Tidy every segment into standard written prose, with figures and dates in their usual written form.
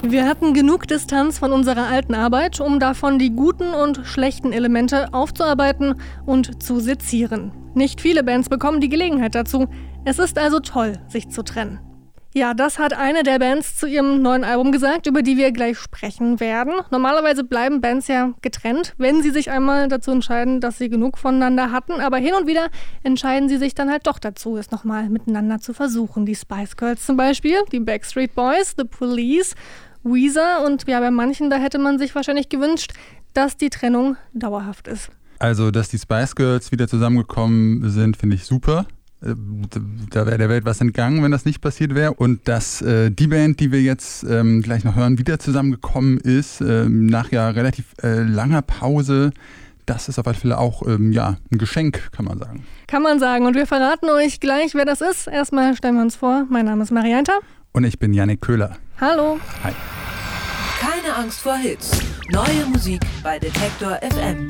Wir hatten genug Distanz von unserer alten Arbeit, um davon die guten und schlechten Elemente aufzuarbeiten und zu sezieren. Nicht viele Bands bekommen die Gelegenheit dazu. Es ist also toll, sich zu trennen. Ja, das hat eine der Bands zu ihrem neuen Album gesagt, über die wir gleich sprechen werden. Normalerweise bleiben Bands ja getrennt, wenn sie sich einmal dazu entscheiden, dass sie genug voneinander hatten. Aber hin und wieder entscheiden sie sich dann halt doch dazu, es nochmal miteinander zu versuchen. Die Spice Girls zum Beispiel, die Backstreet Boys, The Police, Weezer. Und ja, bei manchen, da hätte man sich wahrscheinlich gewünscht, dass die Trennung dauerhaft ist. Also, dass die Spice Girls wieder zusammengekommen sind, finde ich super. Da wäre der Welt was entgangen, wenn das nicht passiert wäre. Und dass die Band, die wir jetzt gleich noch hören, wieder zusammengekommen ist, nach ja relativ langer Pause, das ist auf alle Fälle auch ein Geschenk, kann man sagen. Kann man sagen. Und wir verraten euch gleich, wer das ist. Erstmal stellen wir uns vor. Mein Name ist Marianta. Und ich bin Yannick Köhler. Hallo. Hi. Keine Angst vor Hits. Neue Musik bei Detektor FM.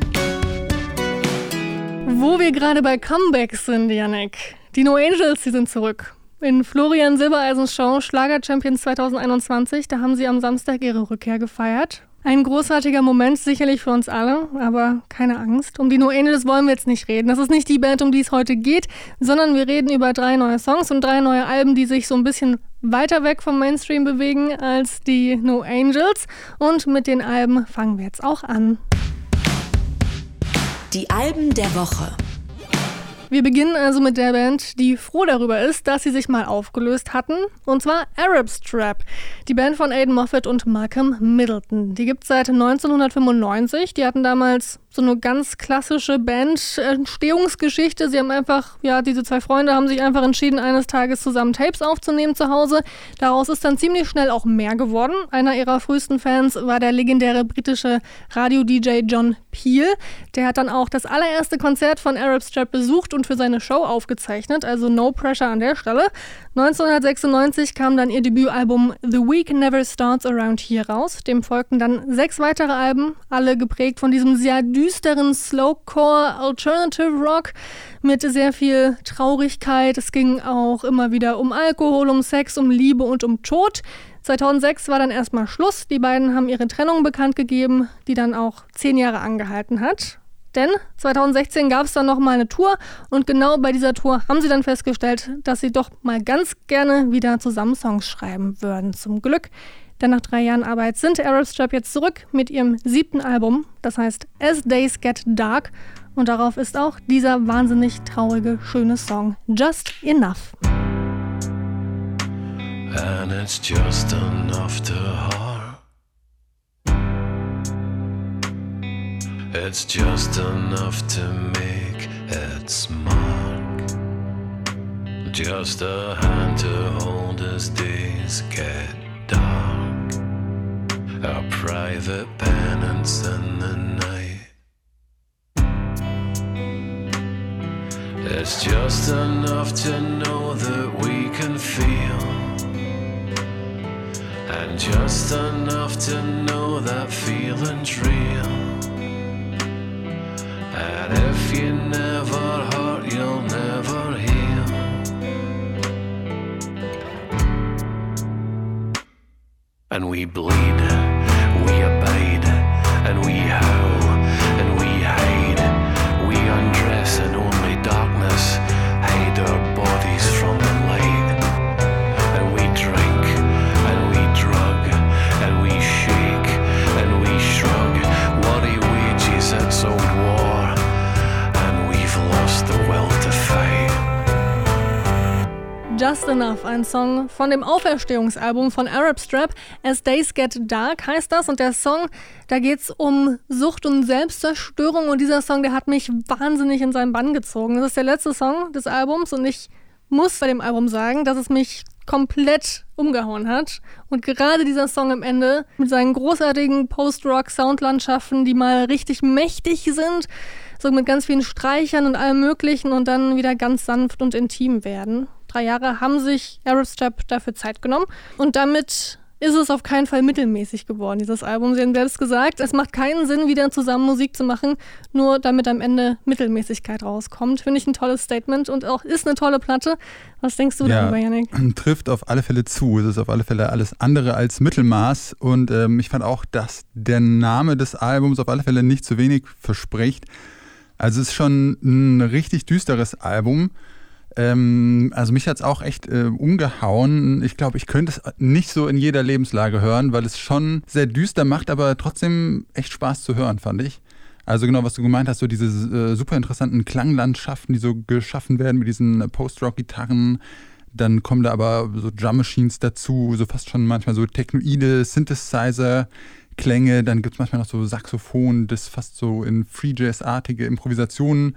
Wo wir gerade bei Comebacks sind, Yannick. Die No Angels, die sind zurück. In Florian Silbereisens Show Schlager Champions 2021, da haben sie am Samstag ihre Rückkehr gefeiert. Ein großartiger Moment, sicherlich für uns alle, aber keine Angst. Um die No Angels wollen wir jetzt nicht reden. Das ist nicht die Band, um die es heute geht, sondern wir reden über 3 neue Songs und 3 neue Alben, die sich so ein bisschen weiter weg vom Mainstream bewegen als die No Angels. Und mit den Alben fangen wir jetzt auch an. Die Alben der Woche. Wir beginnen also mit der Band, die froh darüber ist, dass sie sich mal aufgelöst hatten. Und zwar Arab Strap, die Band von Aidan Moffat und Malcolm Middleton. Die gibt es seit 1995. Die hatten damals so eine ganz klassische Band-Entstehungsgeschichte. Sie haben einfach, diese 2 Freunde haben sich einfach entschieden, eines Tages zusammen Tapes aufzunehmen zu Hause. Daraus ist dann ziemlich schnell auch mehr geworden. Einer ihrer frühesten Fans war der legendäre britische Radio-DJ John Peel. Der hat dann auch das allererste Konzert von Arab Strap besucht und für seine Show aufgezeichnet, also no pressure an der Stelle. 1996 kam dann ihr Debütalbum The Week Never Starts Around Here raus. Dem folgten dann 6 weitere Alben, alle geprägt von diesem sehr düsteren Slowcore Alternative Rock mit sehr viel Traurigkeit. Es ging auch immer wieder um Alkohol, um Sex, um Liebe und um Tod. 2006 war dann erstmal Schluss. Die beiden haben ihre Trennung bekannt gegeben, die dann auch 10 Jahre angehalten hat. Denn 2016 gab es dann nochmal eine Tour und genau bei dieser Tour haben sie dann festgestellt, dass sie doch mal ganz gerne wieder zusammen Songs schreiben würden. Zum Glück, denn nach 3 Jahren Arbeit sind Arab Strap jetzt zurück mit ihrem 7. Album, das heißt As Days Get Dark, und darauf ist auch dieser wahnsinnig traurige, schöne Song Just Enough. And it's just enough to harm. It's just enough to make its mark. Just a hand to hold as days get dark. A private penance in the night. It's just enough to know that we can feel. And just enough to know that feeling's real. And if you never hurt, you'll never heal. And we bleed, we abide, and we howl, and we hide. We undress in only darkness, hide our bodies from the light. And we drink, and we drug, and we shake, and we shrug. Worry wages its old war, and we've lost the will to fight. Just Enough, ein Song von dem Auferstehungsalbum von Arab Strap. As Days Get Dark heißt das, und der Song, da geht's um Sucht und Selbstzerstörung, und dieser Song, der hat mich wahnsinnig in seinen Bann gezogen. Das ist der letzte Song des Albums und ich muss bei dem Album sagen, dass es mich komplett umgehauen hat. Und gerade dieser Song am Ende mit seinen großartigen Post-Rock-Soundlandschaften, die mal richtig mächtig sind, so mit ganz vielen Streichern und allem Möglichen, und dann wieder ganz sanft und intim werden. 3 Jahre haben sich Arab Strap dafür Zeit genommen, und damit ist es auf keinen Fall mittelmäßig geworden, dieses Album. Sie haben selbst gesagt, es macht keinen Sinn, wieder zusammen Musik zu machen, nur damit am Ende Mittelmäßigkeit rauskommt. Finde ich ein tolles Statement und auch ist eine tolle Platte. Was denkst du darüber, Yannick? Trifft auf alle Fälle zu. Es ist auf alle Fälle alles andere als Mittelmaß und ich fand auch, dass der Name des Albums auf alle Fälle nicht zu wenig verspricht. Also es ist schon ein richtig düsteres Album. Also mich hat es auch echt umgehauen. Ich glaube, ich könnte es nicht so in jeder Lebenslage hören, weil es schon sehr düster macht, aber trotzdem echt Spaß zu hören, fand ich. Also genau, was du gemeint hast, so diese super interessanten Klanglandschaften, die so geschaffen werden mit diesen Post-Rock-Gitarren. Dann kommen da aber so Drum-Machines dazu, so fast schon manchmal so technoide Synthesizer-Klänge. Dann gibt es manchmal noch so Saxophon, das fast so in Free-Jazz-artige Improvisationen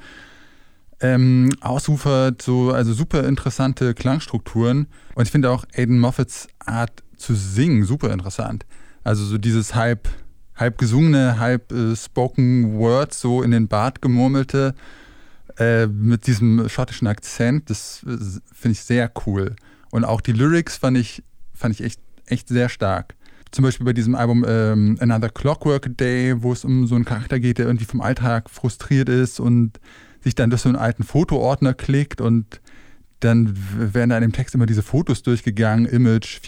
ausufert, so, also super interessante Klangstrukturen. Und ich finde auch Aidan Moffats Art zu singen super interessant. Also so dieses halb gesungene, halb spoken word, so in den Bart gemurmelte, mit diesem schottischen Akzent, das finde ich sehr cool. Und auch die Lyrics fand ich echt sehr stark. Zum Beispiel bei diesem Album Another Clockwork Day, wo es um so einen Charakter geht, der irgendwie vom Alltag frustriert ist und sich dann durch so einen alten Fotoordner klickt und dann werden da in dem Text immer diese Fotos durchgegangen, Image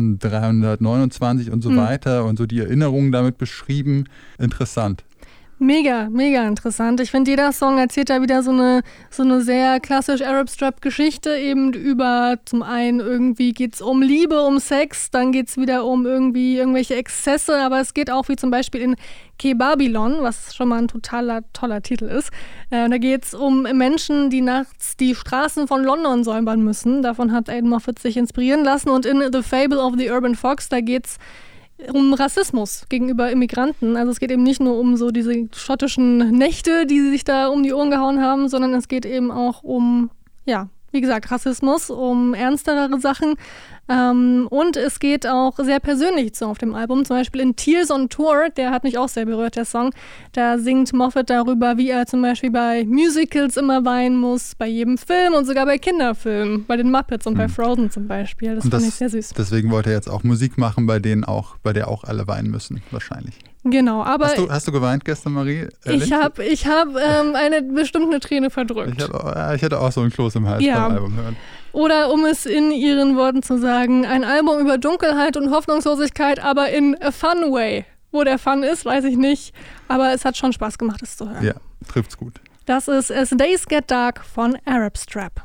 4329 und so weiter und so die Erinnerungen damit beschrieben. Interessant. Mega, mega interessant. Ich finde, jeder Song erzählt da wieder so eine sehr klassisch Arab-Strap-Geschichte, eben über, zum einen irgendwie geht es um Liebe, um Sex, dann geht es wieder um irgendwie irgendwelche Exzesse, aber es geht auch wie zum Beispiel in Babylon, was schon mal ein toller Titel ist. Da geht es um Menschen, die nachts die Straßen von London säubern müssen. Davon hat Aidan Moffat sich inspirieren lassen. Und in The Fable of the Urban Fox, da geht es um Rassismus gegenüber Immigranten. Also es geht eben nicht nur um so diese schottischen Nächte, die sich da um die Ohren gehauen haben, sondern es geht eben auch um, ja, wie gesagt, Rassismus, um ernstere Sachen. Und es geht auch sehr persönlich so auf dem Album. Zum Beispiel in Tears on Tour, der hat mich auch sehr berührt, der Song. Da singt Moffat darüber, wie er zum Beispiel bei Musicals immer weinen muss, bei jedem Film und sogar bei Kinderfilmen, bei den Muppets und bei Frozen zum Beispiel. Das fand ich sehr süß. Deswegen wollte er jetzt auch Musik machen, bei der auch alle weinen müssen, wahrscheinlich. Genau, aber... Hast du geweint gestern, Marie? Ich hab eine bestimmte Träne verdrückt. Ich hatte auch so einen Kloß im Hals beim Album hören. Oder um es in ihren Worten zu sagen, ein Album über Dunkelheit und Hoffnungslosigkeit, aber in a fun way. Wo der Fun ist, weiß ich nicht, aber es hat schon Spaß gemacht, es zu hören. Ja, trifft's gut. Das ist As Days Get Dark von Arab Strap.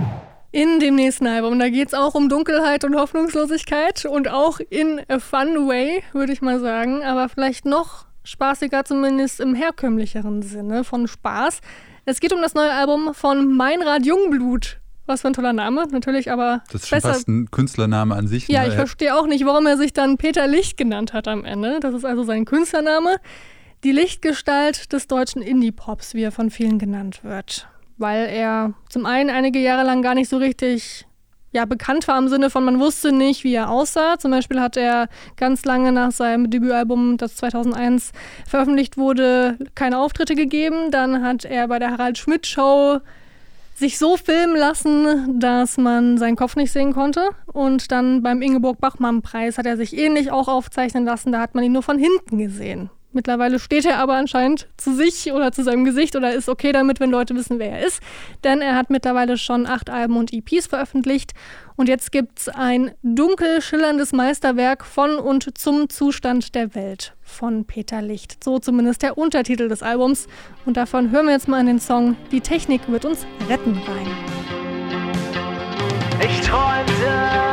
In dem nächsten Album, da geht es auch um Dunkelheit und Hoffnungslosigkeit und auch in a fun way, würde ich mal sagen, aber vielleicht noch spaßiger, zumindest im herkömmlicheren Sinne von Spaß. Es geht um das neue Album von Meinrad Jungblut. Was für ein toller Name, natürlich, aber das ist schon fast ein Künstlername an sich. Ja, ich verstehe auch nicht, warum er sich dann Peter Licht genannt hat am Ende. Das ist also sein Künstlername. Die Lichtgestalt des deutschen Indie-Pops, wie er von vielen genannt wird. Weil er zum einen einige Jahre lang gar nicht so richtig bekannt war im Sinne von, man wusste nicht, wie er aussah. Zum Beispiel hat er ganz lange nach seinem Debütalbum, das 2001 veröffentlicht wurde, keine Auftritte gegeben. Dann hat er bei der Harald Schmidt Show sich so filmen lassen, dass man seinen Kopf nicht sehen konnte. Und dann beim Ingeborg-Bachmann-Preis hat er sich ähnlich auch aufzeichnen lassen. Da hat man ihn nur von hinten gesehen. Mittlerweile steht er aber anscheinend zu sich oder zu seinem Gesicht oder ist okay damit, wenn Leute wissen, wer er ist. Denn er hat mittlerweile schon 8 Alben und EPs veröffentlicht. Und jetzt gibt's ein dunkel schillerndes Meisterwerk von und zum Zustand der Welt von Peter Licht. So zumindest der Untertitel des Albums. Und davon hören wir jetzt mal in den Song Die Technik wird uns retten rein. Ich träumte.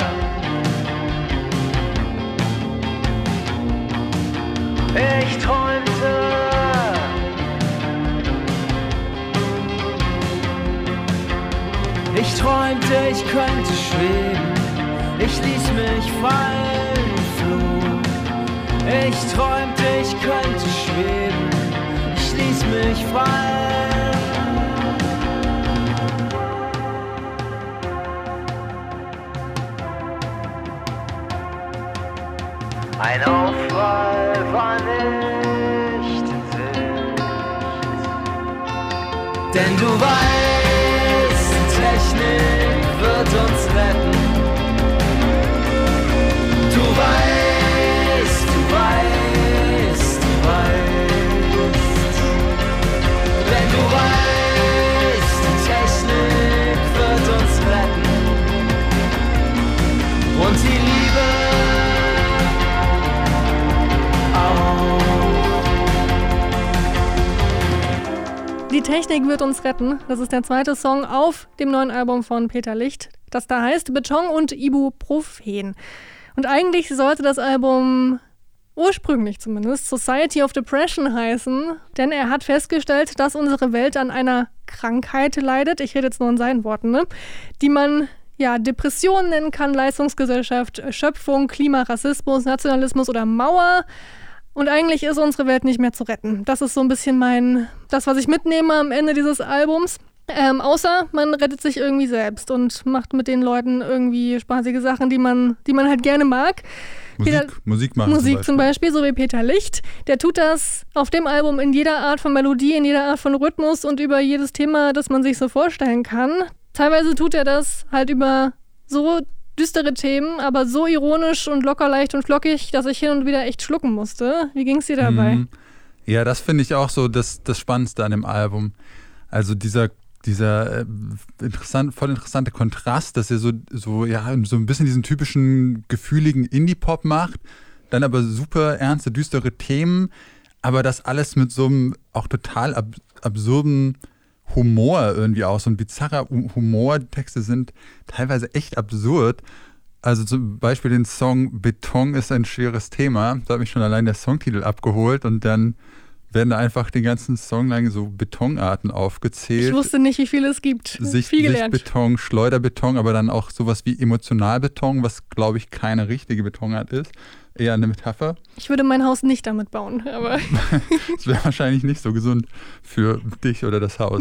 Ich träumte, ich könnte schweben. Ich ließ mich fallen und flog. Ich träumte, ich könnte schweben. Ich ließ mich fallen. Ein Aufprall war nicht in Sicht. Denn du weißt, Technik wird uns retten. Du weißt, Technik wird uns retten. Das ist der zweite Song auf dem neuen Album von Peter Licht, das da heißt Beton und Ibuprofen. Und eigentlich sollte das Album ursprünglich zumindest Society of Depression heißen, denn er hat festgestellt, dass unsere Welt an einer Krankheit leidet, ich rede jetzt nur in seinen Worten, ne? Die man Depression nennen kann, Leistungsgesellschaft, Schöpfung, Klima, Rassismus, Nationalismus oder Mauer. Und eigentlich ist unsere Welt nicht mehr zu retten. Das ist so ein bisschen das, was ich mitnehme am Ende dieses Albums. Außer man rettet sich irgendwie selbst und macht mit den Leuten irgendwie spaßige Sachen, die man halt gerne mag. Musik machen Musik zum Beispiel, so wie Peter Licht. Der tut das auf dem Album in jeder Art von Melodie, in jeder Art von Rhythmus und über jedes Thema, das man sich so vorstellen kann. Teilweise tut er das halt über so düstere Themen, aber so ironisch und locker, leicht und flockig, dass ich hin und wieder echt schlucken musste. Wie ging es dir dabei? Ja, das finde ich auch so das Spannendste an dem Album. Also dieser voll interessante Kontrast, dass er so ein bisschen diesen typischen gefühligen Indie-Pop macht, dann aber super ernste, düstere Themen, aber das alles mit so einem auch total absurden Humor irgendwie auch, so ein bizarrer Humor. Die Texte sind teilweise echt absurd. Also zum Beispiel den Song Beton ist ein schweres Thema. Da hat mich schon allein der Songtitel abgeholt und dann werden da einfach den ganzen Song lang so Betonarten aufgezählt. Ich wusste nicht, wie viele es gibt. Viel gelernt. Sichtbeton, Schleuderbeton, aber dann auch sowas wie Emotionalbeton, was, glaube ich, keine richtige Betonart ist. Eher eine Metapher. Ich würde mein Haus nicht damit bauen, aber das wäre wahrscheinlich nicht so gesund für dich oder das Haus.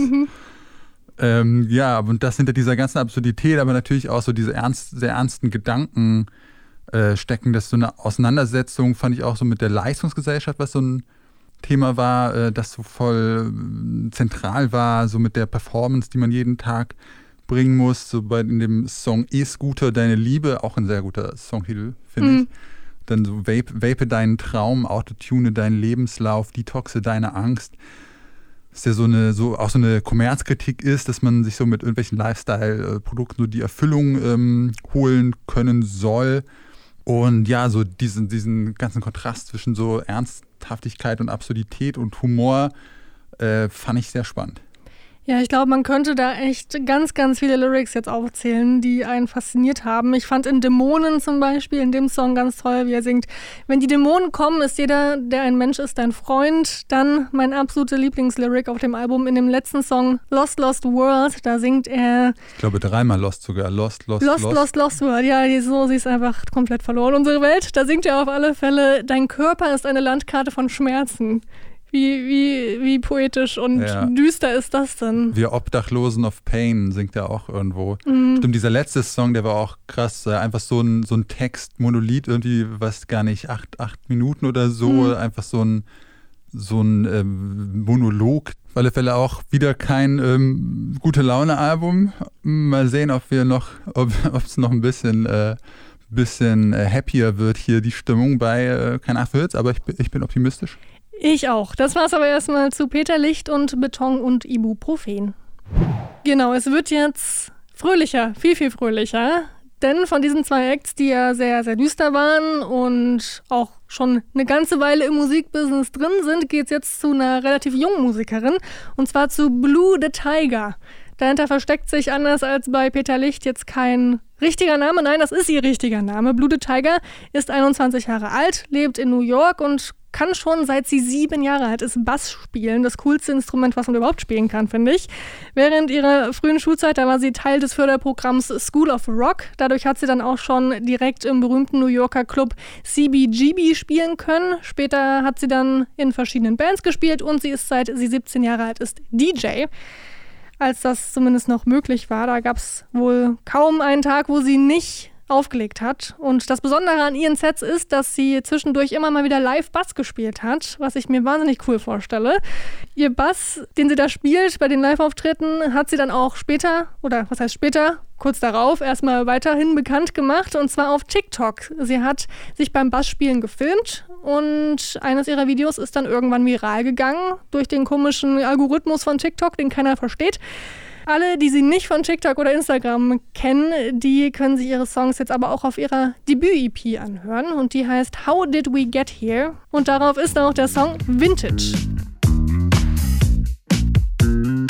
Und das hinter dieser ganzen Absurdität, aber natürlich auch so diese sehr ernsten Gedanken stecken. Das ist so eine Auseinandersetzung, fand ich auch so mit der Leistungsgesellschaft, was so ein Thema war, das so voll zentral war, so mit der Performance, die man jeden Tag bringen muss. So in dem Song E-Scooter, Deine Liebe, auch ein sehr guter Songtitel, finde ich. Dann so Vape deinen Traum, Autotune deinen Lebenslauf, Detoxe deine Angst. Dass ja auch so eine Kommerzkritik ist, dass man sich so mit irgendwelchen Lifestyle-Produkten so die Erfüllung holen können soll. Und ja, so diesen ganzen Kontrast zwischen so Ernsthaftigkeit und Absurdität und Humor fand ich sehr spannend. Ja, ich glaube, man könnte da echt ganz, ganz viele Lyrics jetzt aufzählen, die einen fasziniert haben. Ich fand in Dämonen zum Beispiel, in dem Song ganz toll, wie er singt: Wenn die Dämonen kommen, ist jeder, der ein Mensch ist, dein Freund. Dann mein absoluter Lieblingslyric auf dem Album, in dem letzten Song Lost, Lost World, da singt er... Ich glaube 3-mal Lost sogar, Lost World. Ja, sie ist einfach komplett verloren, unsere Welt. Da singt er auf alle Fälle: Dein Körper ist eine Landkarte von Schmerzen. Wie poetisch und düster ist das denn? Wir Obdachlosen of Pain singt er auch irgendwo. Stimmt, dieser letzte Song, der war auch krass. Einfach so ein Text-Monolith, irgendwie, was gar nicht, 8 Minuten oder so. Einfach so ein Monolog. Auf alle Fälle auch wieder kein Gute-Laune-Album. Mal sehen, ob es noch ein bisschen happier wird hier, die Stimmung bei Keine Acht für Hits. Aber ich bin optimistisch. Ich auch. Das war's aber erstmal zu Peter Licht und Beton und Ibuprofen. Genau, es wird jetzt fröhlicher, viel, viel fröhlicher. Denn von diesen 2 Acts, die ja sehr, sehr düster waren und auch schon eine ganze Weile im Musikbusiness drin sind, geht's jetzt zu einer relativ jungen Musikerin. Und zwar zu Blue the Tiger. Dahinter versteckt sich, anders als bei Peter Licht, jetzt kein richtiger Name. Nein, das ist ihr richtiger Name. Blue the Tiger ist 21 Jahre alt, lebt in New York und kann schon, seit sie 7 Jahre alt ist, Bass spielen. Das coolste Instrument, was man überhaupt spielen kann, finde ich. Während ihrer frühen Schulzeit, da war sie Teil des Förderprogramms School of Rock. Dadurch hat sie dann auch schon direkt im berühmten New Yorker Club CBGB spielen können. Später hat sie dann in verschiedenen Bands gespielt und sie ist, seit sie 17 Jahre alt ist, DJ. Als das zumindest noch möglich war, da gab es wohl kaum einen Tag, wo sie nicht aufgelegt hat. Und das Besondere an ihren Sets ist, dass sie zwischendurch immer mal wieder live Bass gespielt hat, was ich mir wahnsinnig cool vorstelle. Ihr Bass, den sie da spielt bei den Live-Auftritten, hat sie dann auch später, oder was heißt später, kurz darauf erstmal weiterhin bekannt gemacht, und zwar auf TikTok. Sie hat sich beim Bassspielen gefilmt und eines ihrer Videos ist dann irgendwann viral gegangen durch den komischen Algorithmus von TikTok, den keiner versteht. Alle, die sie nicht von TikTok oder Instagram kennen, die können sich ihre Songs jetzt aber auch auf ihrer Debüt-EP anhören. Und die heißt How Did We Get Here? Und darauf ist auch der Song Vintage.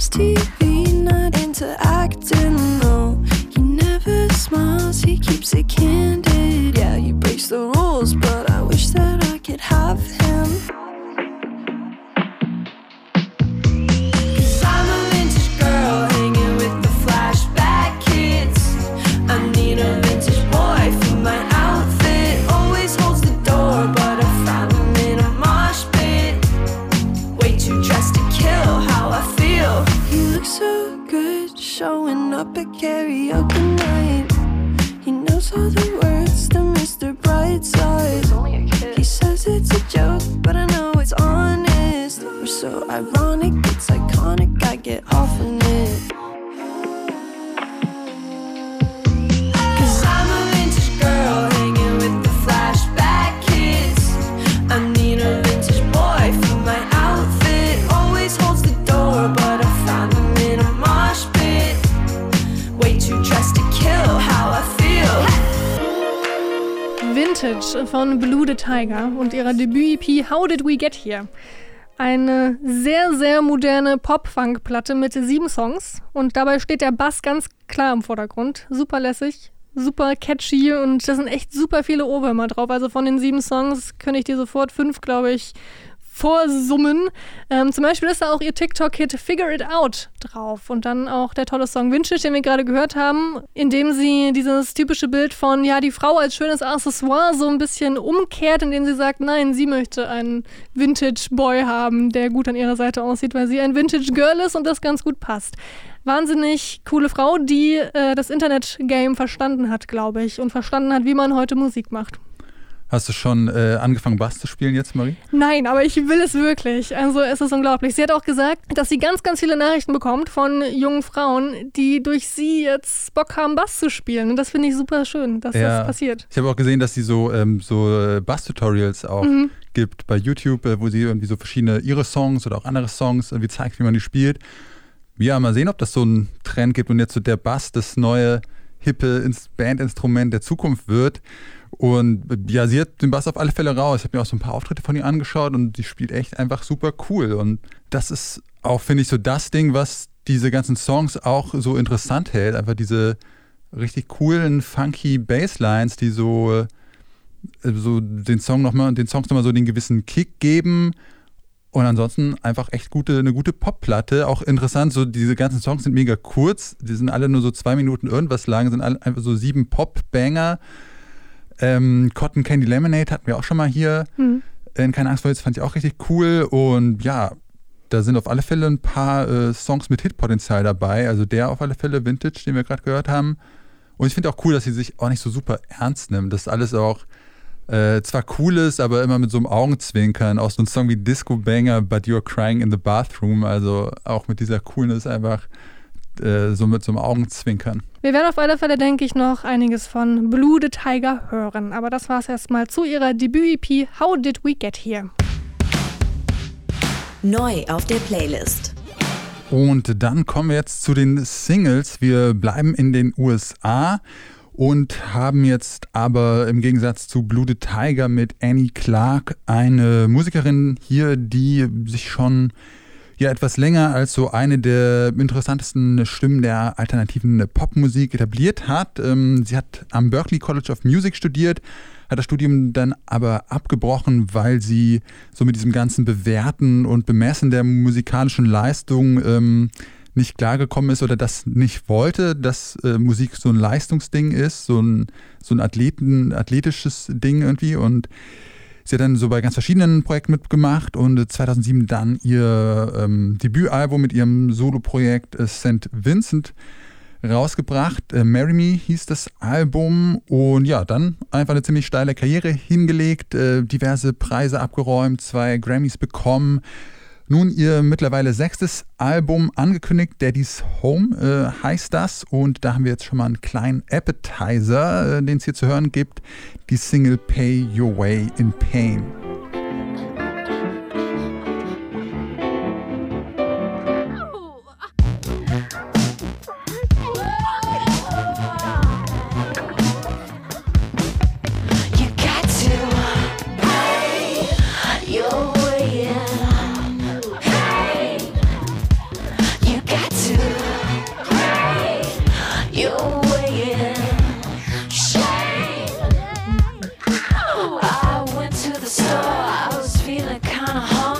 watches TV, not into acting, no. He never smiles, he keeps it candid. Yeah, he breaks the rules, but I wish that I could have him. Cause I'm a vintage girl hanging with the flashback kids. I need a vintage boy for my outfit. Always holds the door, but I found him in a mosh pit. Way too dressed to kill how I feel. He looks so good, showing up at karaoke night. He knows all the words to Mr. Brightside. He says it's a joke, but I know it's honest. We're so ironic, it's iconic, I get off on it. Cause I'm a vintage girl hanging with the flashback kids. I need a vintage boy for my outfit. Always holds the door, but I found him in a mosh pit. Way too dressed to kill how I feel. Vintage von Blue the Tiger und ihrer Debüt-EP How Did We Get Here? Eine sehr, sehr moderne Pop-Funk-Platte mit 7 Songs und dabei steht der Bass ganz klar im Vordergrund. Super lässig, super catchy und da sind echt super viele Ohrwürmer drauf. Also von den 7 Songs könnte ich dir sofort 5, glaube ich, vorsummen. Zum Beispiel ist da auch ihr TikTok-Hit Figure It Out drauf und dann auch der tolle Song Vintage, den wir gerade gehört haben, in dem sie dieses typische Bild von, ja, die Frau als schönes Accessoire so ein bisschen umkehrt, indem sie sagt, nein, sie möchte einen Vintage-Boy haben, der gut an ihrer Seite aussieht, weil sie ein Vintage-Girl ist und das ganz gut passt. Wahnsinnig coole Frau, die das Internet-Game verstanden hat, glaube ich, und verstanden hat, wie man heute Musik macht. Hast du schon angefangen, Bass zu spielen jetzt, Marie? Nein, aber ich will es wirklich. Also es ist unglaublich. Sie hat auch gesagt, dass sie ganz, ganz viele Nachrichten bekommt von jungen Frauen, die durch sie jetzt Bock haben, Bass zu spielen. Und das finde ich super schön, dass das passiert. Ich habe auch gesehen, dass sie so Bass-Tutorials auch gibt bei YouTube, wo sie irgendwie so verschiedene ihre Songs oder auch andere Songs irgendwie zeigt, wie man die spielt. Ja, mal sehen, ob das so einen Trend gibt und jetzt so der Bass das neue, hippe Bandinstrument der Zukunft wird. Und ja, sie hat den Bass auf alle Fälle raus. Ich habe mir auch so ein paar Auftritte von ihr angeschaut und die spielt echt einfach super cool. Und das ist auch, finde ich, so das Ding, was diese ganzen Songs auch so interessant hält. Einfach diese richtig coolen, funky Basslines, die so den Songs nochmal so den gewissen Kick geben. Und ansonsten einfach echt eine gute Popplatte. Auch interessant, so diese ganzen Songs sind mega kurz. Die sind alle nur so 2 Minuten irgendwas lang, sind alle einfach so 7 Pop-Banger. Cotton Candy Lemonade hatten wir auch schon mal hier. In Keine Angst vor Hits fand ich auch richtig cool. Und ja, da sind auf alle Fälle ein paar Songs mit Hitpotenzial dabei. Also der auf alle Fälle, Vintage, den wir gerade gehört haben. Und ich finde auch cool, dass sie sich auch nicht so super ernst nimmt. Dass alles auch zwar cool ist, aber immer mit so einem Augenzwinkern. Auch so ein Song wie Disco Banger, But You're Crying in the Bathroom. Also auch mit dieser Coolness einfach so mit so einem Augenzwinkern. Wir werden auf alle Fälle, denke ich, noch einiges von Blue the Tiger hören. Aber das war es erstmal zu ihrer Debüt-EP How Did We Get Here? Neu auf der Playlist. Und dann kommen wir jetzt zu den Singles. Wir bleiben in den USA und haben jetzt aber im Gegensatz zu Blue the Tiger mit Annie Clark eine Musikerin hier, die sich schon etwas länger als so eine der interessantesten Stimmen der alternativen Popmusik etabliert hat. Sie hat am Berklee College of Music studiert, hat das Studium dann aber abgebrochen, weil sie so mit diesem ganzen Bewerten und Bemessen der musikalischen Leistung nicht klargekommen ist oder das nicht wollte, dass Musik so ein Leistungsding ist, so ein athletisches Ding irgendwie. Und sie hat dann so bei ganz verschiedenen Projekten mitgemacht und 2007 dann ihr Debütalbum mit ihrem Soloprojekt St. Vincent rausgebracht. Marry Me hieß das Album und ja, dann einfach eine ziemlich steile Karriere hingelegt, diverse Preise abgeräumt, 2 Grammys bekommen. Nun ihr mittlerweile 6. Album angekündigt, Daddy's Home heißt das und da haben wir jetzt schon mal einen kleinen Appetizer, den es hier zu hören gibt, die Single Pay Your Way in Pain. You got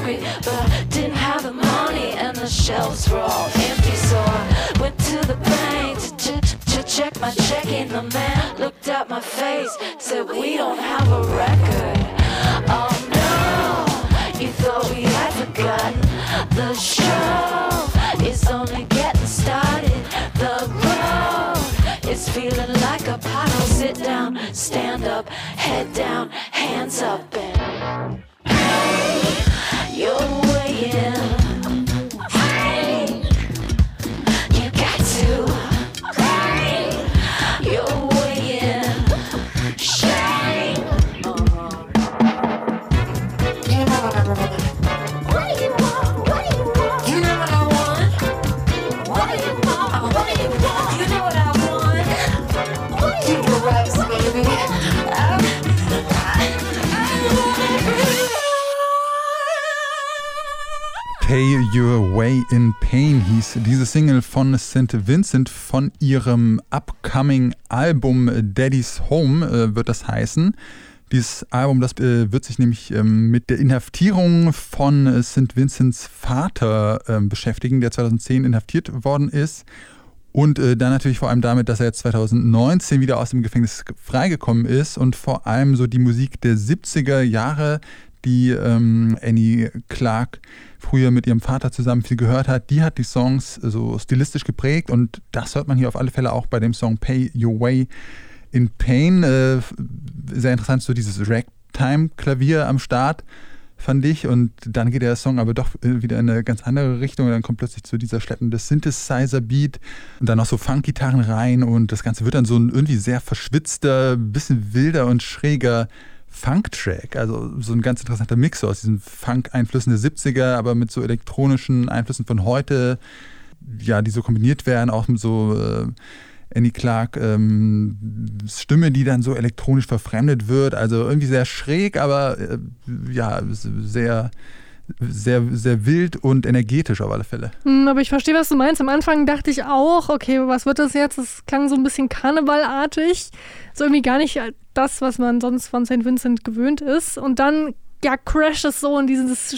hungry, but I didn't have the money and the shelves were all empty. So I went to the bank to check my checking. The man looked at my face, said we don't have a record. Oh no, you thought we had forgotten. The show is only getting started. The road is feeling like a pothole. Sit down, stand up, head down, hands up and hey, you're weighing. Hey, you got to. Hey, you're weighing. Shine. You know what I want. What do you want? What do you want? You know what I want. What do you want? What do you want? You know what I want. What do you want, baby? Pay Your Way in Pain hieß diese Single von St. Vincent von ihrem upcoming Album Daddy's Home, wird das heißen. Dieses Album, das wird sich nämlich mit der Inhaftierung von St. Vincents Vater beschäftigen, der 2010 inhaftiert worden ist. Und dann natürlich vor allem damit, dass er jetzt 2019 wieder aus dem Gefängnis freigekommen ist und vor allem so die Musik der 70er Jahre, die Annie Clark früher mit ihrem Vater zusammen viel gehört hat, die hat die Songs so stilistisch geprägt und das hört man hier auf alle Fälle auch bei dem Song Pay Your Way in Pain. Sehr interessant, so dieses Ragtime-Klavier am Start, fand ich. Und dann geht der Song aber doch wieder in eine ganz andere Richtung. Und dann kommt plötzlich so dieser schleppende Synthesizer-Beat und dann noch so Funk-Gitarren rein. Und das Ganze wird dann so ein irgendwie sehr verschwitzter, bisschen wilder und schräger Funk-Track. Also so ein ganz interessanter Mix aus diesen Funk-Einflüssen der 70er, aber mit so elektronischen Einflüssen von heute, ja, die so kombiniert werden, auch mit so Annie Clark Stimme, die dann so elektronisch verfremdet wird. Also irgendwie sehr schräg, aber ja, sehr, sehr, sehr wild und energetisch auf alle Fälle. Aber ich verstehe, was du meinst. Am Anfang dachte ich auch, okay, was wird das jetzt? Das klang so ein bisschen karnevalartig. So irgendwie gar nicht das, was man sonst von St. Vincent gewöhnt ist. Und dann ja, crasht es so in dieses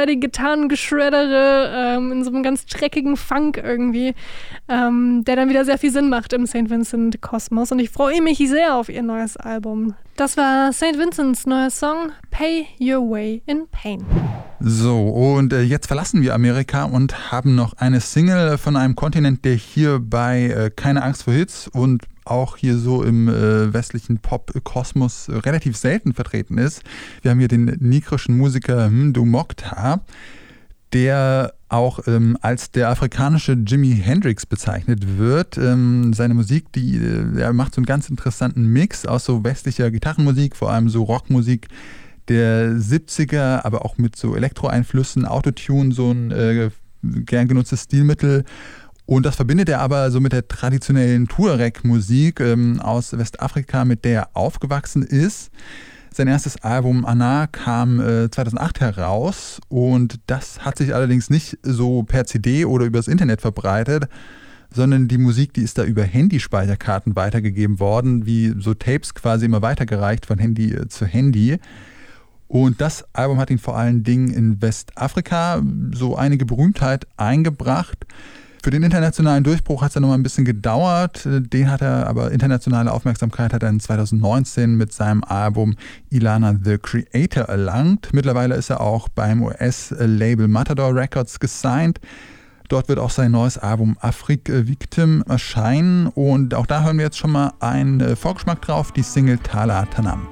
Gitarrengeschreddere, in so einem ganz dreckigen Funk irgendwie, der dann wieder sehr viel Sinn macht im St. Vincent-Kosmos. Und ich freue mich sehr auf ihr neues Album. Das war St. Vincents neuer Song Pay Your Way in Pain. So, und jetzt verlassen wir Amerika und haben noch eine Single von einem Kontinent, der hier bei Keine Angst vor Hits und auch hier so im westlichen Pop-Kosmos relativ selten vertreten ist. Wir haben hier den nigerischen Musiker Mdou Moctar, der auch als der afrikanische Jimi Hendrix bezeichnet wird. Seine Musik, er macht so einen ganz interessanten Mix aus so westlicher Gitarrenmusik, vor allem so Rockmusik der 70er, aber auch mit so Elektro-Einflüssen, Autotune, so ein gern genutztes Stilmittel. Und das verbindet er aber so mit der traditionellen Tuareg-Musik aus Westafrika, mit der er aufgewachsen ist. Sein erstes Album Anna kam 2008 heraus und das hat sich allerdings nicht so per CD oder übers Internet verbreitet, sondern die Musik, die ist da über Handyspeicherkarten weitergegeben worden, wie so Tapes quasi immer weitergereicht von Handy zu Handy. Und das Album hat ihn vor allen Dingen in Westafrika so einige Berühmtheit eingebracht. Für den internationalen Durchbruch hat es dann noch mal ein bisschen gedauert. Den hat er aber, internationale Aufmerksamkeit hat er in 2019 mit seinem Album Ilana the Creator erlangt. Mittlerweile ist er auch beim US-Label Matador Records gesigned. Dort wird auch sein neues Album Afrique Victim erscheinen. Und auch da hören wir jetzt schon mal einen Vorgeschmack drauf, die Single Tala Tanam.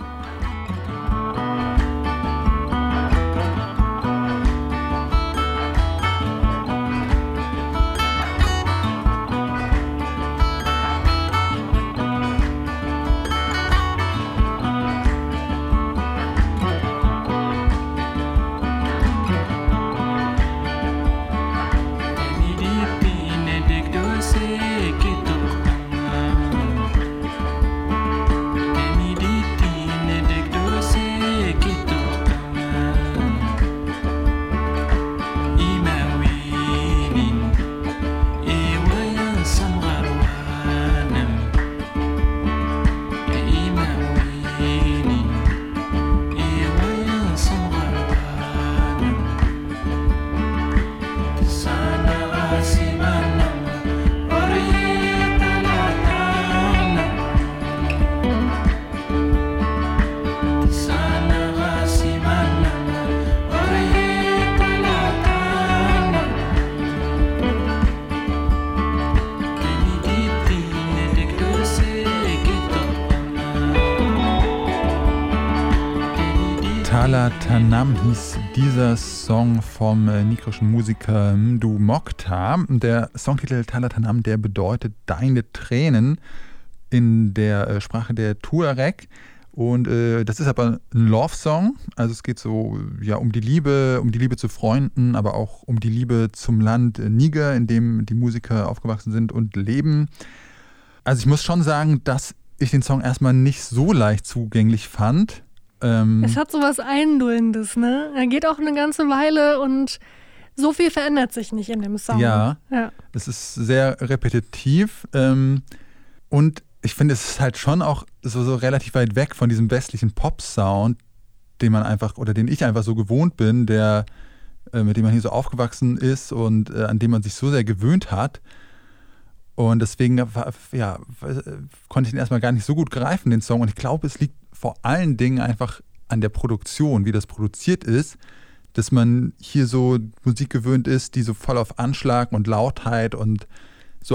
Talatanam hieß dieser Song vom nigerischen Musiker Mdou Moctar. Der Songtitel Talatanam, der bedeutet Deine Tränen in der Sprache der Tuareg. Und das ist aber ein Love-Song, also es geht so ja um die Liebe zu Freunden, aber auch um die Liebe zum Land Niger, in dem die Musiker aufgewachsen sind und leben. Also ich muss schon sagen, dass ich den Song erstmal nicht so leicht zugänglich fand. Es hat so was Einlullendes, ne? Er geht auch eine ganze Weile und so viel verändert sich nicht in dem Song. Ja. Es ist sehr repetitiv und ich finde, es ist halt schon auch so relativ weit weg von diesem westlichen Pop-Sound, den ich einfach so gewohnt bin, mit dem man hier so aufgewachsen ist und an dem man sich so sehr gewöhnt hat. Und deswegen konnte ich ihn erstmal gar nicht so gut greifen, den Song. Und ich glaube, es liegt vor allen Dingen einfach an der Produktion, wie das produziert ist, dass man hier so Musik gewöhnt ist, die so voll auf Anschlag und Lautheit und so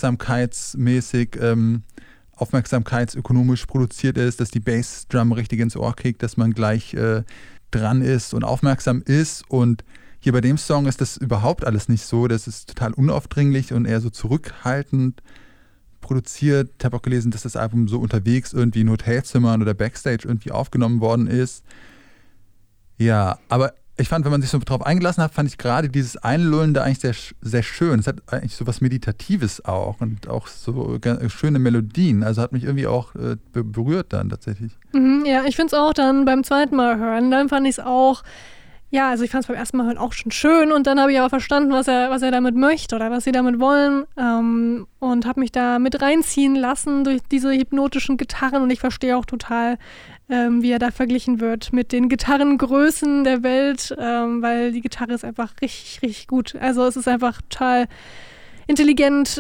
aufmerksamkeitsökonomisch produziert ist, dass die Bassdrum richtig ins Ohr kickt, dass man gleich dran ist und aufmerksam ist. Und hier bei dem Song ist das überhaupt alles nicht so. Das ist total unaufdringlich und eher so zurückhaltend produziert. Ich habe auch gelesen, dass das Album so unterwegs irgendwie in Hotelzimmern oder Backstage irgendwie aufgenommen worden ist. Ja, aber ich fand, wenn man sich so drauf eingelassen hat, fand ich gerade dieses Einlullende eigentlich sehr, sehr schön. Es hat eigentlich so was Meditatives auch und auch so schöne Melodien. Also hat mich irgendwie auch berührt dann tatsächlich. Ja, ich finde es auch dann beim zweiten Mal hören. Dann fand ich es auch, ja, also ich fand es beim ersten Mal hören auch schon schön und dann habe ich aber verstanden, was er damit möchte oder was sie damit wollen und habe mich da mit reinziehen lassen durch diese hypnotischen Gitarren und ich verstehe auch total, wie er da verglichen wird mit den Gitarrengrößen der Welt, weil die Gitarre ist einfach richtig, richtig gut. Also es ist einfach total intelligent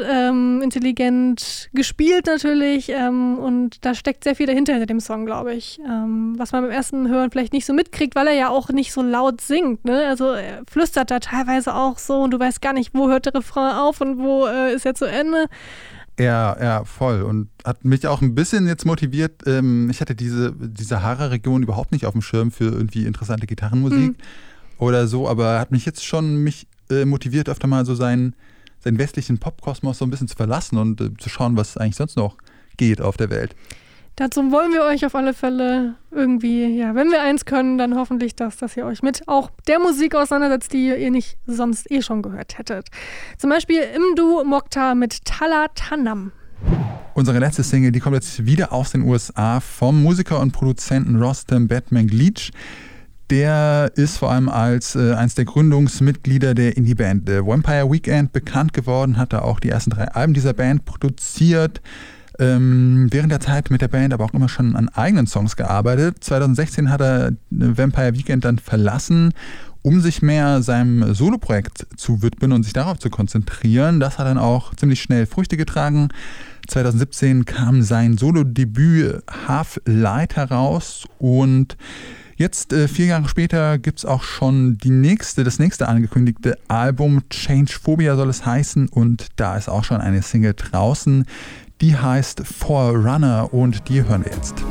gespielt natürlich und da steckt sehr viel dahinter hinter dem Song, glaube ich. Was man beim ersten Hören vielleicht nicht so mitkriegt, weil er ja auch nicht so laut singt. Ne? Also er flüstert da teilweise auch so und du weißt gar nicht, wo hört der Refrain auf und wo ist er zu Ende. Ja, voll. Und hat mich auch ein bisschen jetzt motiviert. Ich hatte diese Sahara-Region überhaupt nicht auf dem Schirm für irgendwie interessante Gitarrenmusik oder so, aber hat mich jetzt schon motiviert, öfter mal so seinen westlichen Popkosmos so ein bisschen zu verlassen und zu schauen, was eigentlich sonst noch geht auf der Welt. Dazu wollen wir euch auf alle Fälle irgendwie, ja, wenn wir eins können, dann hoffentlich, dass ihr euch mit auch der Musik auseinandersetzt, die ihr nicht sonst schon gehört hättet. Zum Beispiel Mdou Moctar mit Talatanam. Unsere letzte Single, die kommt jetzt wieder aus den USA vom Musiker und Produzenten Rostam Batman-Leach. Der ist vor allem als eines der Gründungsmitglieder der Indie-Band Vampire Weekend bekannt geworden, hat da auch die ersten 3 Alben dieser Band produziert. Während der Zeit mit der Band aber auch immer schon an eigenen Songs gearbeitet. 2016 hat er Vampire Weekend dann verlassen, um sich mehr seinem Soloprojekt zu widmen und sich darauf zu konzentrieren. Das hat dann auch ziemlich schnell Früchte getragen. 2017 kam sein Solo-Debüt Half Light heraus und jetzt, 4 Jahre später, gibt es auch schon das nächste angekündigte Album. Changephobia soll es heißen und da ist auch schon eine Single draußen. Die heißt Forerunner und die hören wir jetzt.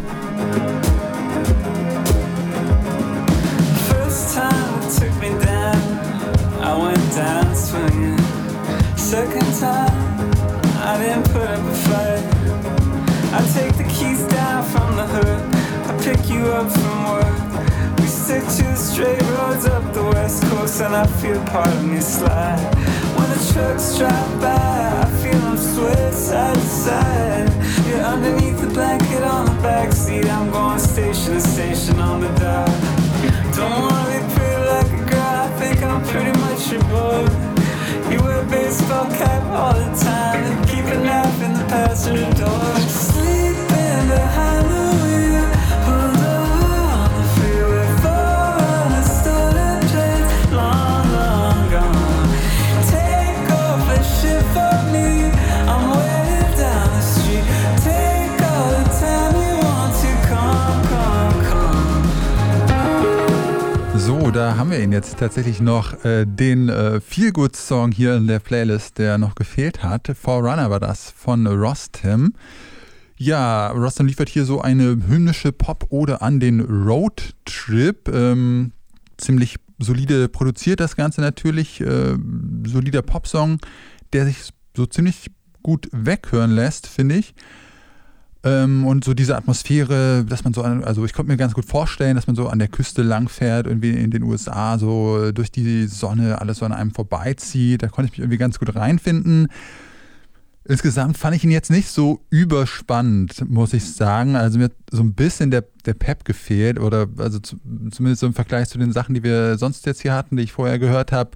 First time it took me down, I went down swinging. Second time, I didn't put up a fight. I take the keys down from the hood, I pick you up from work. We stick to the straight roads up the west coast and I feel part of me slide. When the trucks drive by, I feel them sway side to side. You're underneath the blanket on the backseat, I'm going station to station on the dock. Don't wanna be pretty like a girl, I think I'm pretty much your boy. You wear a baseball cap all the time and keep a knife in the passenger door. Sleeping behind the wheel, hold on the freeway for a stolen place, long, long gone. Take off and shit for me, I'm waiting down the street. Take all the time you want to come, come, come. So, da haben wir ihn jetzt tatsächlich noch, den Feel-Good-Song hier in der Playlist, der noch gefehlt hat. Forerunner war das von Rostam. Ja, Rostam liefert hier so eine hymnische Pop-Ode an den Roadtrip. Ziemlich solide produziert das Ganze natürlich. Solider Popsong, der sich so ziemlich gut weghören lässt, finde ich. Und so diese Atmosphäre, dass man so, also ich konnte mir ganz gut vorstellen, dass man so an der Küste langfährt, irgendwie in den USA, so durch die Sonne, alles so an einem vorbeizieht. Da konnte ich mich irgendwie ganz gut reinfinden. Insgesamt fand ich ihn jetzt nicht so überspannend, muss ich sagen. Also mir hat so ein bisschen der Pep gefehlt, oder also zumindest so im Vergleich zu den Sachen, die wir sonst jetzt hier hatten, die ich vorher gehört habe,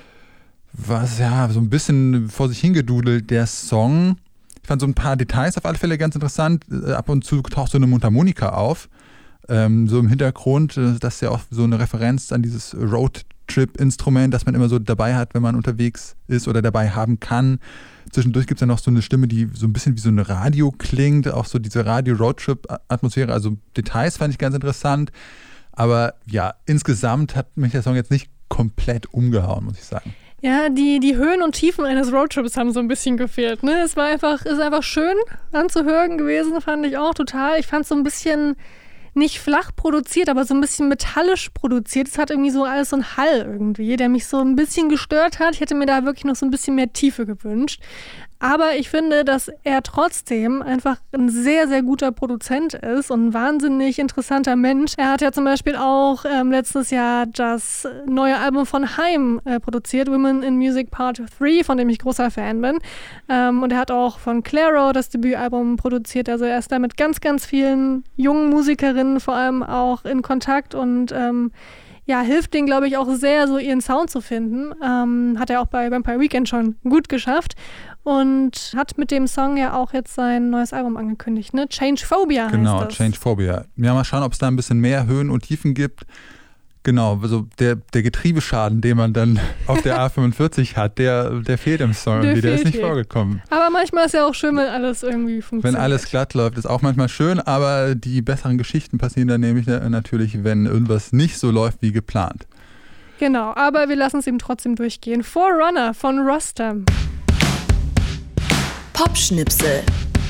war es ja so ein bisschen vor sich hingedudelt, der Song. Ich fand so ein paar Details auf alle Fälle ganz interessant. Ab und zu taucht so eine Mundharmonika auf, so im Hintergrund. Das ist ja auch so eine Referenz an dieses Roadtrip-Instrument, das man immer so dabei hat, wenn man unterwegs ist oder dabei haben kann. Zwischendurch gibt es ja noch so eine Stimme, die so ein bisschen wie so ein Radio klingt, auch so diese Radio-Roadtrip-Atmosphäre, also Details fand ich ganz interessant. Aber ja, insgesamt hat mich der Song jetzt nicht komplett umgehauen, muss ich sagen. Ja, die Höhen und Tiefen eines Roadtrips haben so ein bisschen gefehlt. Ne? Ist einfach schön anzuhören gewesen, fand ich auch total. Ich fand es so ein bisschen nicht flach produziert, aber so ein bisschen metallisch produziert. Es hat irgendwie so alles so einen Hall irgendwie, der mich so ein bisschen gestört hat. Ich hätte mir da wirklich noch so ein bisschen mehr Tiefe gewünscht. Aber ich finde, dass er trotzdem einfach ein sehr, sehr guter Produzent ist und ein wahnsinnig interessanter Mensch. Er hat ja zum Beispiel auch letztes Jahr das neue Album von Haim produziert, Women in Music Part 3, von dem ich großer Fan bin. Und er hat auch von Clairo das Debütalbum produziert. Also er ist da mit ganz, ganz vielen jungen Musikerinnen vor allem auch in Kontakt und hilft denen, glaube ich, auch sehr, so ihren Sound zu finden. Hat er auch bei Vampire Weekend schon gut geschafft. Und hat mit dem Song ja auch jetzt sein neues Album angekündigt, ne? Changephobia heißt Genau, das. Changephobia. Ja, mal schauen, ob es da ein bisschen mehr Höhen und Tiefen gibt. Genau, also der Getriebeschaden, den man dann auf der A45 hat, der fehlt im Song irgendwie, der ist nicht vorgekommen. Aber manchmal ist ja auch schön, wenn alles irgendwie funktioniert. Wenn alles glatt läuft, ist auch manchmal schön, aber die besseren Geschichten passieren dann nämlich natürlich, wenn irgendwas nicht so läuft wie geplant. Genau, aber wir lassen es ihm trotzdem durchgehen. Forerunner von Rostam. Popschnipsel.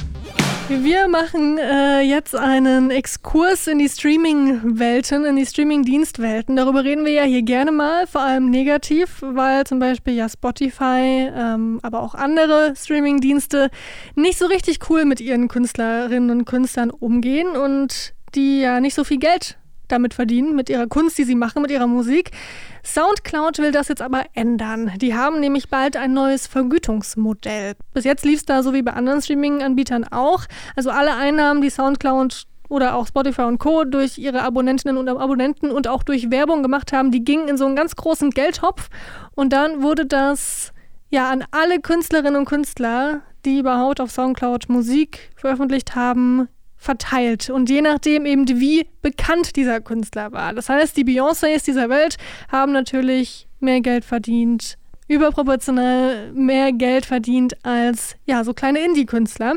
Wir machen jetzt einen Exkurs in die Streaming-Welten, in die Streaming-Dienstwelten. Darüber reden wir ja hier gerne mal, vor allem negativ, weil zum Beispiel ja Spotify, aber auch andere Streaming-Dienste nicht so richtig cool mit ihren Künstlerinnen und Künstlern umgehen und die ja nicht so viel Geld damit verdienen, mit ihrer Kunst, die sie machen, mit ihrer Musik. Soundcloud will das jetzt aber ändern. Die haben nämlich bald ein neues Vergütungsmodell. Bis jetzt lief es da so wie bei anderen Streaming-Anbietern auch. Also alle Einnahmen, die Soundcloud oder auch Spotify und Co. durch ihre Abonnentinnen und Abonnenten und auch durch Werbung gemacht haben, die gingen in so einen ganz großen Geldtopf. Und dann wurde das ja an alle Künstlerinnen und Künstler, die überhaupt auf Soundcloud Musik veröffentlicht haben, verteilt und je nachdem eben wie bekannt dieser Künstler war. Das heißt, die Beyoncés dieser Welt haben natürlich mehr Geld verdient, überproportional mehr Geld verdient als so kleine Indie-Künstler.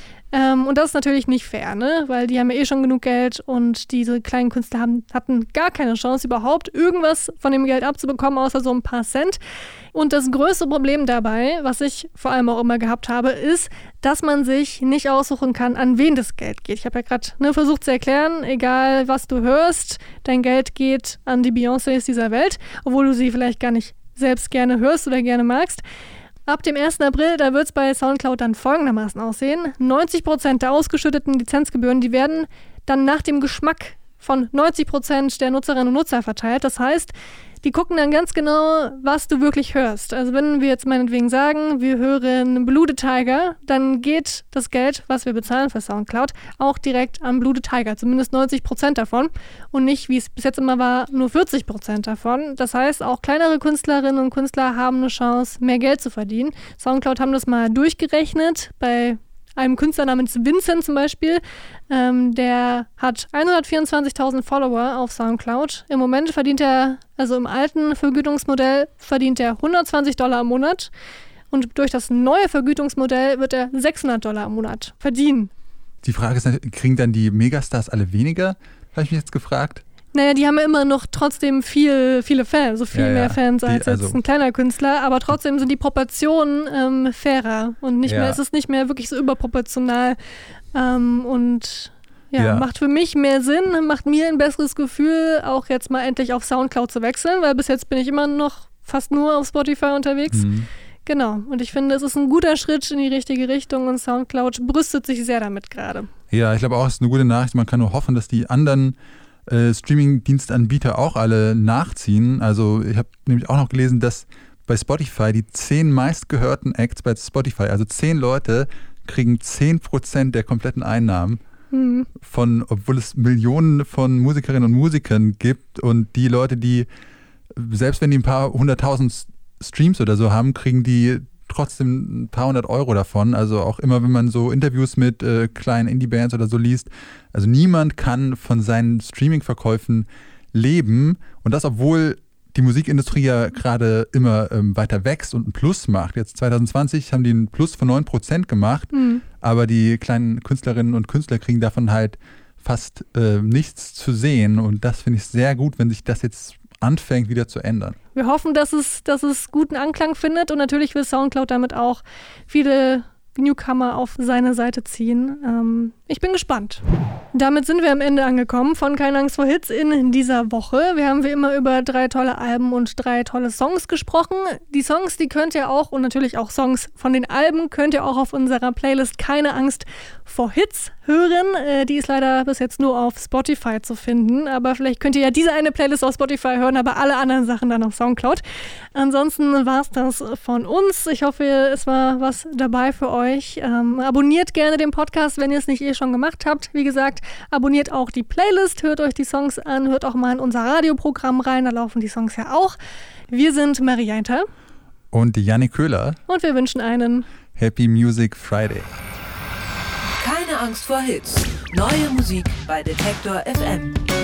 Und das ist natürlich nicht fair, ne? Weil die haben ja schon genug Geld und diese kleinen Künstler hatten gar keine Chance, überhaupt irgendwas von dem Geld abzubekommen, außer so ein paar Cent. Und das größte Problem dabei, was ich vor allem auch immer gehabt habe, ist, dass man sich nicht aussuchen kann, an wen das Geld geht. Ich habe ja gerade versucht zu erklären, egal was du hörst, dein Geld geht an die Beyoncés dieser Welt, obwohl du sie vielleicht gar nicht selbst gerne hörst oder gerne magst. Ab dem 1. April, da wird es bei Soundcloud dann folgendermaßen aussehen. 90% der ausgeschütteten Lizenzgebühren, die werden dann nach dem Geschmack von 90% der Nutzerinnen und Nutzer verteilt. Das heißt, die gucken dann ganz genau, was du wirklich hörst. Also wenn wir jetzt meinetwegen sagen, wir hören Blue the Tiger, dann geht das Geld, was wir bezahlen für Soundcloud, auch direkt an Blue the Tiger. Zumindest 90% davon und nicht, wie es bis jetzt immer war, nur 40% davon. Das heißt, auch kleinere Künstlerinnen und Künstler haben eine Chance, mehr Geld zu verdienen. Soundcloud haben das mal durchgerechnet bei einem Künstler namens Vincent zum Beispiel, der hat 124.000 Follower auf Soundcloud. Im Moment verdient er, also im alten Vergütungsmodell, verdient er $120 im Monat. Und durch das neue Vergütungsmodell wird er $600 im Monat verdienen. Die Frage ist, kriegen dann die Megastars alle weniger? Habe ich mich jetzt gefragt. Naja, die haben ja immer noch trotzdem viele Fans, so viel mehr Fans als jetzt ein kleiner Künstler, aber trotzdem sind die Proportionen fairer und es ist nicht mehr wirklich so überproportional und macht für mich mehr Sinn, macht mir ein besseres Gefühl, auch jetzt mal endlich auf Soundcloud zu wechseln, weil bis jetzt bin ich immer noch fast nur auf Spotify unterwegs. Genau, und ich finde, es ist ein guter Schritt in die richtige Richtung und Soundcloud brüstet sich sehr damit gerade. Ja, ich glaube auch, es ist eine gute Nachricht. Man kann nur hoffen, dass die anderen Streaming-Dienstanbieter auch alle nachziehen. Also ich habe nämlich auch noch gelesen, dass bei Spotify die 10 meistgehörten Acts bei Spotify, also 10 Leute, kriegen 10% der kompletten Einnahmen. Obwohl es Millionen von Musikerinnen und Musikern gibt und die Leute, die, selbst wenn die ein paar 100.000 Streams oder so haben, kriegen die trotzdem ein paar 100 Euro davon. Also auch immer, wenn man so Interviews mit kleinen Indie-Bands oder so liest. Also niemand kann von seinen Streaming-Verkäufen leben und das, obwohl die Musikindustrie ja gerade immer weiter wächst und ein Plus macht. Jetzt 2020 haben die einen Plus von 9% gemacht, aber die kleinen Künstlerinnen und Künstler kriegen davon halt fast nichts zu sehen und das finde ich sehr gut, wenn sich das jetzt anfängt wieder zu ändern. Wir hoffen, dass es guten Anklang findet und natürlich will Soundcloud damit auch viele Newcomer auf seine Seite ziehen. Ich bin gespannt. Damit sind wir am Ende angekommen von Keine Angst vor Hits in dieser Woche. Wir haben wie immer über 3 tolle Alben und 3 tolle Songs gesprochen. Die Songs, die könnt ihr auch und natürlich auch Songs von den Alben könnt ihr auch auf unserer Playlist Keine Angst vor Hits hören. Die ist leider bis jetzt nur auf Spotify zu finden, aber vielleicht könnt ihr ja diese eine Playlist auf Spotify hören, aber alle anderen Sachen dann auf Soundcloud. Ansonsten war es das von uns. Ich hoffe, es war was dabei für euch. Abonniert gerne den Podcast, wenn ihr es nicht schon gemacht habt. Wie gesagt, abonniert auch die Playlist, hört euch die Songs an, hört auch mal in unser Radioprogramm rein, da laufen die Songs ja auch. Wir sind Mary Jainter und Jannik Köhler und wir wünschen einen Happy Music Friday. Keine Angst vor Hits. Neue Musik bei Detektor FM.